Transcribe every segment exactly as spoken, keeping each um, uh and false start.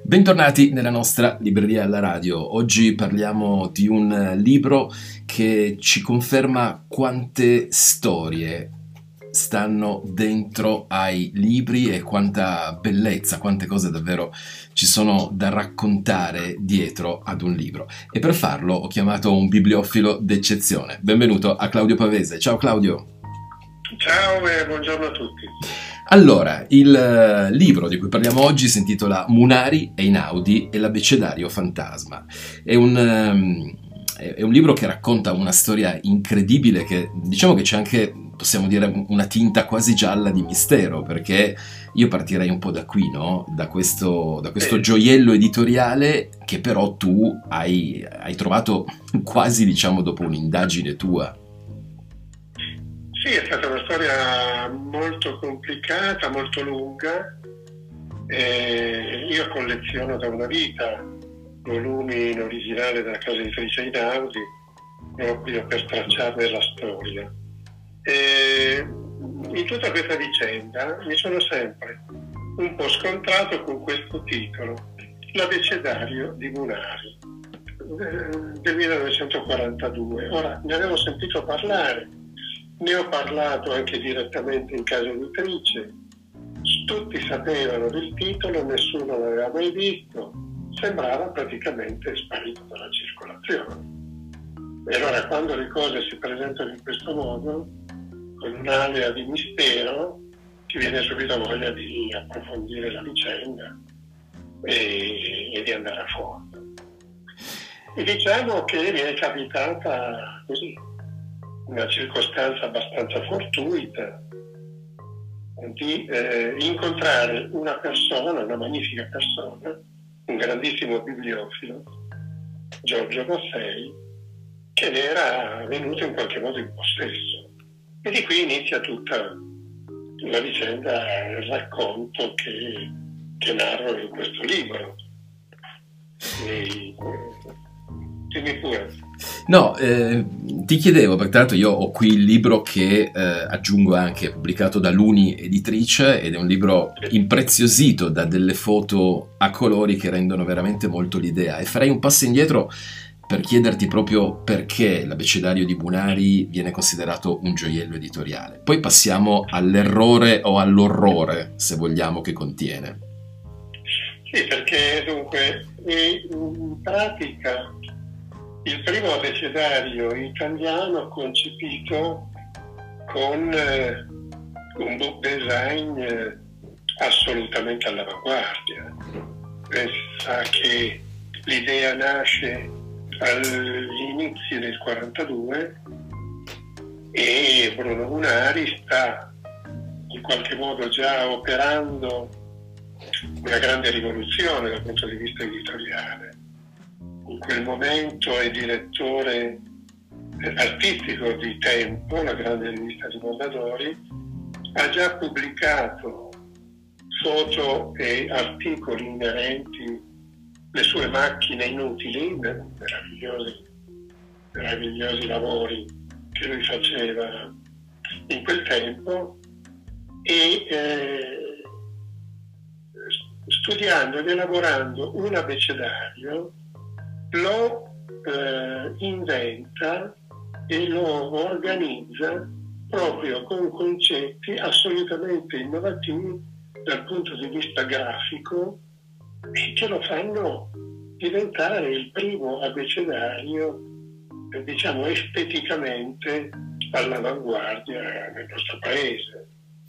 Bentornati nella nostra libreria alla radio. Oggi parliamo di un libro che ci conferma quante storie stanno dentro ai libri e quanta bellezza, quante cose davvero ci sono da raccontare dietro ad un libro. E per farlo ho chiamato un bibliofilo d'eccezione. Benvenuto a Claudio Pavese. Ciao Claudio. Ciao e buongiorno a tutti. Allora, il eh, libro di cui parliamo oggi si intitola Munari, Einaudi e l'abbecedario fantasma. È un, ehm, è un libro che racconta una storia incredibile che diciamo che c'è anche, possiamo dire, una tinta quasi gialla di mistero, perché io partirei un po' da qui, no? Da questo, da questo gioiello editoriale che però tu hai, hai trovato quasi, diciamo, dopo un'indagine tua. Sì, è stata una storia molto complicata, molto lunga. E io colleziono da una vita volumi in originale della casa editrice Einaudi, proprio per tracciarne la storia. E in tutta questa vicenda mi sono sempre un po' scontrato con questo titolo, L'abbecedario di Munari, del millenovecentoquarantadue. Ora, ne avevo sentito parlare, ne ho parlato anche direttamente in casa editrice, tutti sapevano del titolo, nessuno l'aveva mai visto, sembrava praticamente sparito dalla circolazione. E allora quando le cose si presentano in questo modo, con un'alea di mistero, ti viene subito voglia di approfondire la vicenda e, e di andare a fondo. E diciamo che mi è capitata così, una circostanza abbastanza fortuita, di eh, incontrare una persona, una magnifica persona, un grandissimo bibliofilo, Giorgio Massei, che ne era venuto in qualche modo in possesso. E di qui inizia tutta la vicenda, il racconto che, che narro in questo libro. E, dimmi pure. No, eh, ti chiedevo, perché tra l'altro io ho qui il libro che eh, aggiungo anche, pubblicato da Luni Editrice, ed è un libro impreziosito da delle foto a colori che rendono veramente molto l'idea, e farei un passo indietro per chiederti proprio perché l'abbecedario di Munari viene considerato un gioiello editoriale. Poi passiamo all'errore o all'orrore, se vogliamo, che contiene. Sì, perché dunque in pratica il primo abbecedario italiano concepito con eh, un book design eh, assolutamente all'avanguardia. Pensa che l'idea nasce agli inizi del quarantadue e Bruno Munari sta in qualche modo già operando una grande rivoluzione dal punto di vista editoriale. In quel momento è direttore artistico di Tempo, la grande rivista di Mondadori, ha già pubblicato foto e articoli inerenti alle sue macchine inutili, meravigliosi, meravigliosi lavori che lui faceva in quel tempo, e eh, studiando ed elaborando un abbecedario lo eh, inventa e lo organizza proprio con concetti assolutamente innovativi dal punto di vista grafico e che lo fanno diventare il primo abbecedario, eh, diciamo, esteticamente all'avanguardia nel nostro paese.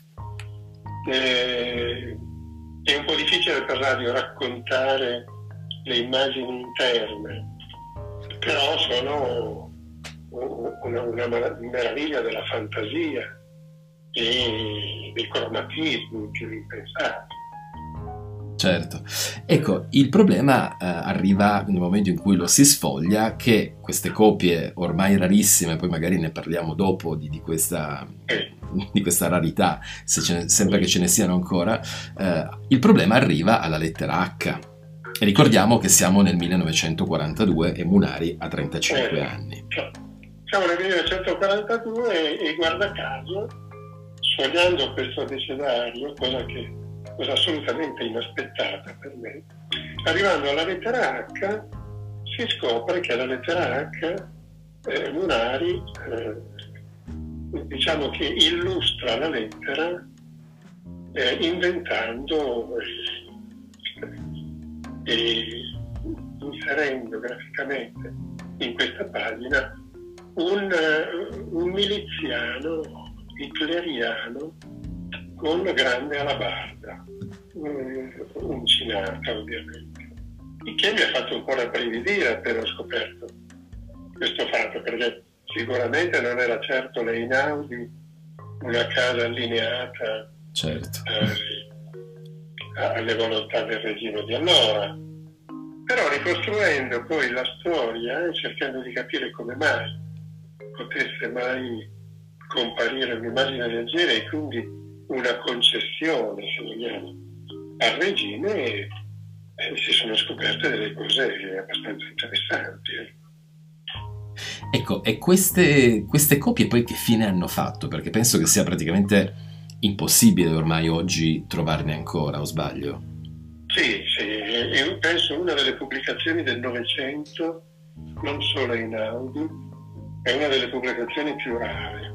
Eh, è un po' difficile per radio raccontare le immagini interne, però sono una, una meraviglia della fantasia e dei cromatismi più impensati. Certo. Ecco, il problema eh, arriva nel momento in cui lo si sfoglia, che queste copie ormai rarissime, poi magari ne parliamo dopo di, di, questa, Eh. di questa rarità, se ce ne, sempre che ce ne siano ancora, eh, il problema arriva alla lettera H. E ricordiamo che siamo nel millenovecentoquarantadue e Munari ha trentacinque Eh, anni. Siamo nel millenovecentoquarantadue e, e guarda caso, sfogliando questo abbecedario, cosa che cosa assolutamente inaspettata per me, Arrivando alla lettera H si scopre che la lettera H, eh, Munari, eh, diciamo che illustra la lettera eh, inventando e, e inserendo graficamente in questa pagina un, un miliziano hitleriano con grande alabarda, uncinata ovviamente, il che mi ha fatto un po' rabbrividire appena ho scoperto questo fatto, perché sicuramente non era certo l'Einaudi una casa allineata certo. eh, alle volontà del regime di allora. Però ricostruendo poi la storia e cercando di capire come mai potesse mai comparire un'immagine del genere e quindi una concessione, se vogliamo, al regime, eh, si sono scoperte delle cose abbastanza interessanti. Ecco, e queste, queste copie poi che fine hanno fatto? Perché penso che sia praticamente impossibile ormai oggi trovarne ancora, o sbaglio? Sì, sì, io penso una delle pubblicazioni del Novecento, non solo Einaudi, è una delle pubblicazioni più rare.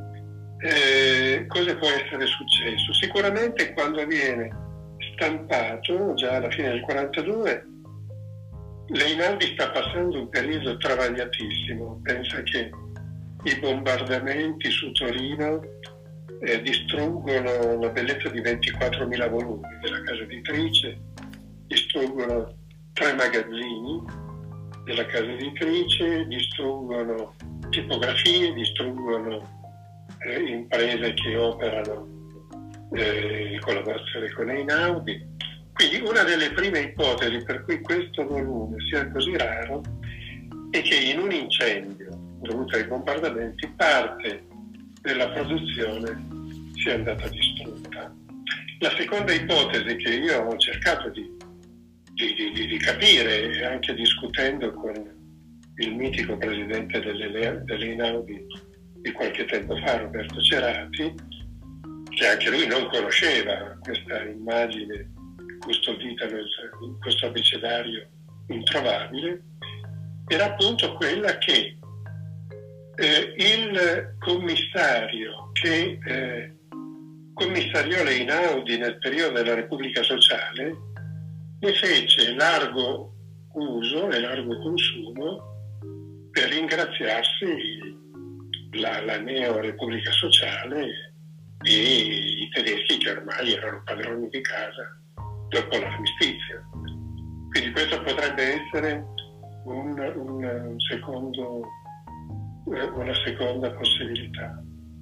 Eh, cosa può essere successo? Sicuramente quando viene stampato, già alla fine del quarantadue, l'Einaudi sta passando un periodo travagliatissimo. Pensa che i bombardamenti su Torino eh, distruggono la bellezza di ventiquattromila volumi della casa editrice, distruggono tre magazzini della casa editrice, distruggono tipografie, distruggono eh, imprese che operano eh, in collaborazione con Einaudi. Quindi una delle prime ipotesi per cui questo volume sia così raro è che in un incendio dovuto ai bombardamenti parte della produzione sia andata distrutta. La seconda ipotesi che io ho cercato di, di, di, di capire, anche discutendo con il mitico presidente dell'Einaudi di qualche tempo fa, Roberto Cerati, che anche lui non conosceva questa immagine custodita in questo abecedario introvabile, era appunto quella che eh, il commissario che eh, commissariò l'Einaudi nel periodo della Repubblica Sociale ne fece largo uso e largo consumo per ringraziarsi la, la neo-Repubblica Sociale e i tedeschi che ormai erano padroni di casa dopo l'armistizio. Quindi questo potrebbe essere un, un, un secondo, una seconda possibilità.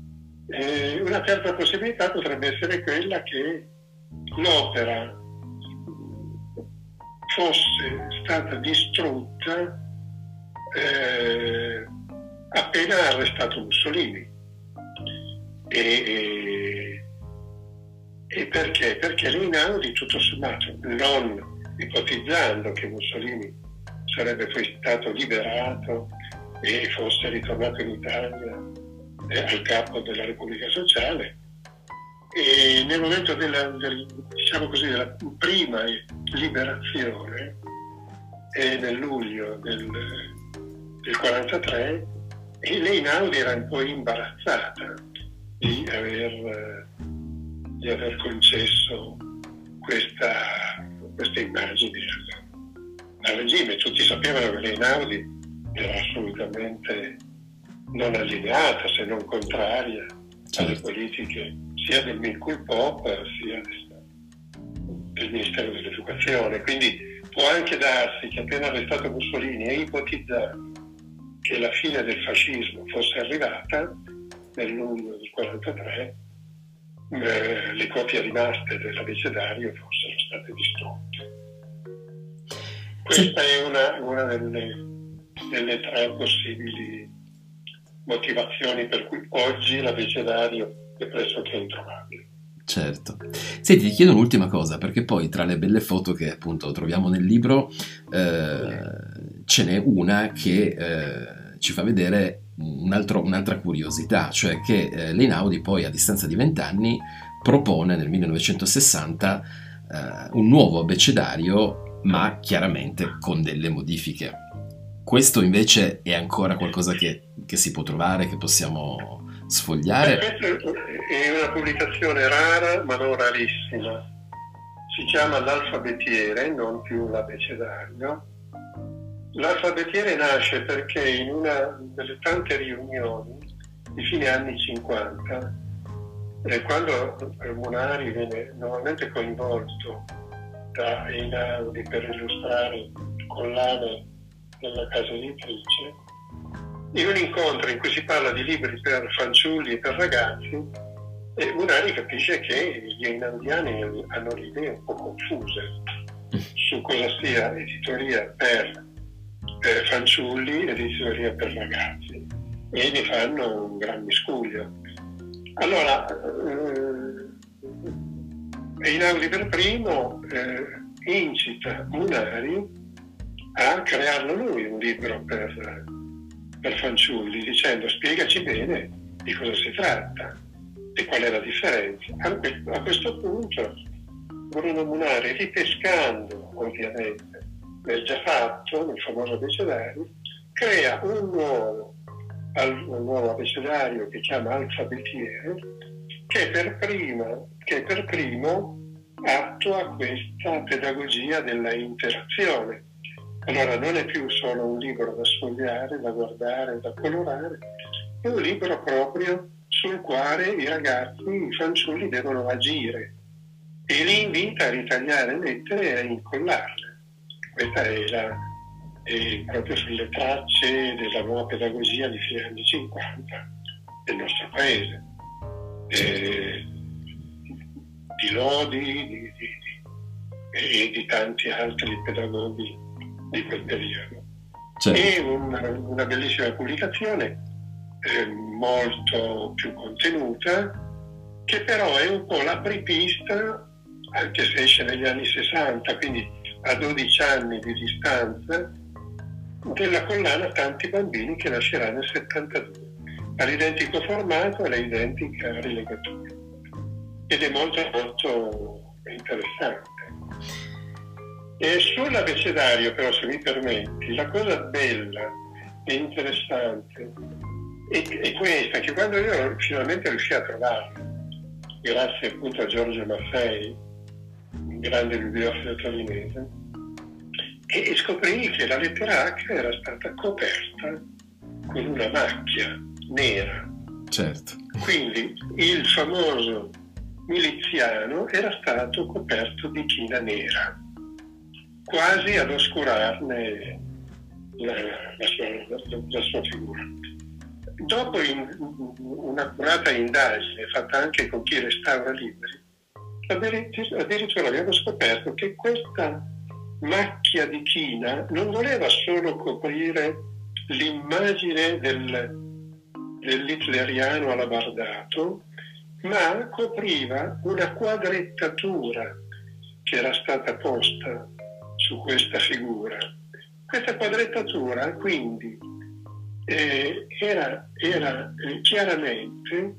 E una terza possibilità potrebbe essere quella che l'opera fosse stata distrutta eh, appena arrestato Mussolini. E, e, e perché? Perché l'Einaudi, tutto sommato, non ipotizzando che Mussolini sarebbe poi stato liberato e fosse ritornato in Italia eh, al capo della Repubblica Sociale, e nel momento della, del, diciamo così, della prima liberazione, e nel luglio del, del quarantatré, e l'Einaudi era un po' imbarazzata di aver, di aver concesso questa, queste immagini al, al regime. Tutti sapevano che l'Einaudi era assolutamente non allineata, se non contraria alle politiche sia del Minculpop sia del, del Ministero dell'Educazione. Quindi può anche darsi che appena arrestato Mussolini e ipotizzando che la fine del fascismo fosse arrivata nel luglio del quarantatré, eh, le copie rimaste dell'abecedario fossero state distrutte. Questa è una, una delle, delle tre possibili motivazioni per cui oggi l'abecedario è pressoché introvabile. Certo. Senti, ti chiedo un'ultima cosa, perché poi tra le belle foto che appunto troviamo nel libro eh, ce n'è una che eh, ci fa vedere un altro, un'altra curiosità, cioè che eh, l'Einaudi poi a distanza di vent'anni propone nel millenovecentosessanta eh, un nuovo abecedario ma chiaramente con delle modifiche. Questo invece è ancora qualcosa che, che si può trovare, che possiamo sfogliare? Beh, questa è una pubblicazione rara, ma non rarissima. Si chiama L'Alfabetiere, non più l'Abecedario. L'Alfabetiere nasce perché in una delle tante riunioni di fine anni cinquanta, eh, quando Munari viene normalmente coinvolto da Einaudi per illustrare collane della casa editrice, in un incontro in cui si parla di libri per fanciulli e per ragazzi, e Munari capisce che gli einaudiani hanno le idee un po' confuse su cosa sia editoria per, per fanciulli e editoria per ragazzi, e ne fanno un gran miscuglio. Allora eh, Einaudi per primo eh, incita Munari a crearlo lui un libro per, per fanciulli, dicendo: spiegaci bene di cosa si tratta e qual è la differenza. A questo punto Bruno Munari, ripescando ovviamente nel già fatto, nel famoso abecedario, crea un nuovo, un nuovo abecedario che chiama Alfabetiere, che per, prima, che per primo attua questa pedagogia della interazione. Allora non è più solo un libro da sfogliare, da guardare, da colorare, è un libro proprio sul quale i ragazzi, i fanciulli devono agire, e li invita a ritagliare lettere e a incollarle. Questa è, la, è proprio sulle tracce della nuova pedagogia di fine anni cinquanta del nostro paese. E, di Lodi di, di, di, e di tanti altri pedagoghi di quel periodo. Certo. È una, una bellissima pubblicazione, eh, molto più contenuta, che però è un po' l'apripista, anche se esce negli anni sessanta, quindi a dodici anni di distanza, della collana Tanti bambini, che nascerà nel settantadue. Ha l'identico formato e l'identica rilegatura. Ed è molto molto interessante. E sull'abecedario, però, se mi permetti, la cosa bella e interessante è, è questa, che quando io finalmente riuscii a trovarlo, grazie appunto a Giorgio Maffei, un grande bibliofilo torinese, e scoprì che la lettera H era stata coperta con una macchia nera. Certo. Quindi il famoso miliziano era stato coperto di china nera, quasi ad oscurarne la, la, sua, la, la sua figura. Dopo in, un'accurata indagine fatta anche con chi restaura libri, addirittura abbiamo scoperto che questa macchia di china non voleva solo coprire l'immagine del, dell'hitleriano alabardato, ma copriva una quadrettatura che era stata posta su questa figura. Questa quadrettatura quindi eh, era, era eh, chiaramente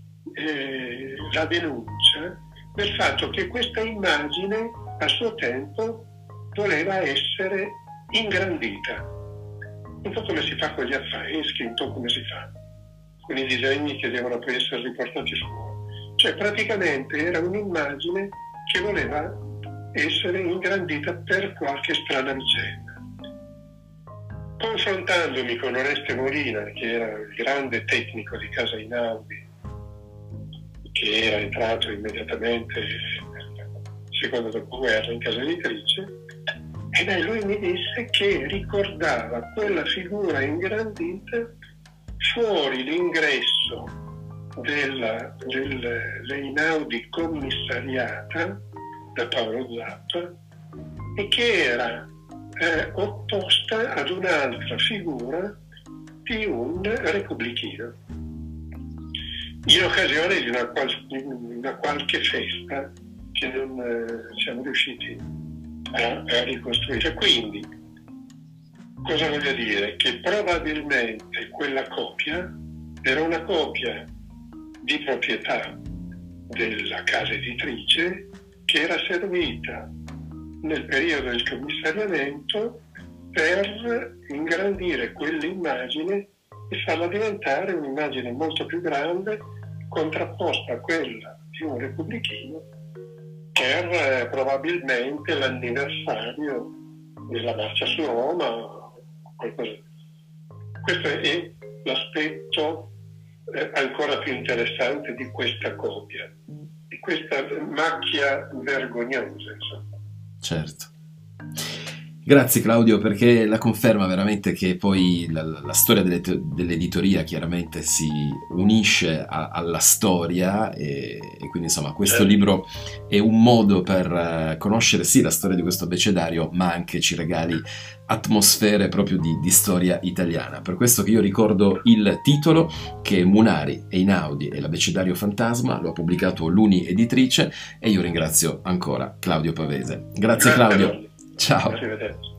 eh, la denuncia del fatto che questa immagine a suo tempo voleva essere ingrandita. Un po' come si fa con gli affreschi, un po' come si fa con i disegni che devono poi essere riportati fuori. Cioè praticamente era un'immagine che voleva essere ingrandita per qualche strana vicenda. Confrontandomi con Oreste Molina, che era il grande tecnico di casa Einaudi, che era entrato immediatamente nel secondo dopoguerra in casa editrice, e beh, lui mi disse che ricordava quella figura ingrandita fuori l'ingresso della, dell'Einaudi commissariata da Paolo Zappa, e che era eh, opposta ad un'altra figura di un repubblichino, in occasione di una, qual- di una qualche festa che non eh, siamo riusciti a, a ricostruire. Quindi, cosa voglio dire? Che probabilmente quella copia era una copia di proprietà della casa editrice, che era servita nel periodo del commissariamento per ingrandire quell'immagine e farla diventare un'immagine molto più grande, contrapposta a quella di un repubblichino per eh, probabilmente l'anniversario della marcia su Roma o qualcosa. Questo è l'aspetto eh, ancora più interessante di questa copia, di questa macchia vergognosa, insomma. Certo. Grazie Claudio, perché la conferma veramente che poi la, la storia delle, dell'editoria chiaramente si unisce a, alla storia e, e quindi insomma questo libro è un modo per uh, conoscere sì la storia di questo abbecedario, ma anche ci regali atmosfere proprio di, di storia italiana. Per questo che io ricordo il titolo, che è Munari, Einaudi e l'abbecedario fantasma, lo ha pubblicato l'Uni Editrice, e io ringrazio ancora Claudio Pavese. Grazie, Grazie Claudio. Ciao. Arrivederci.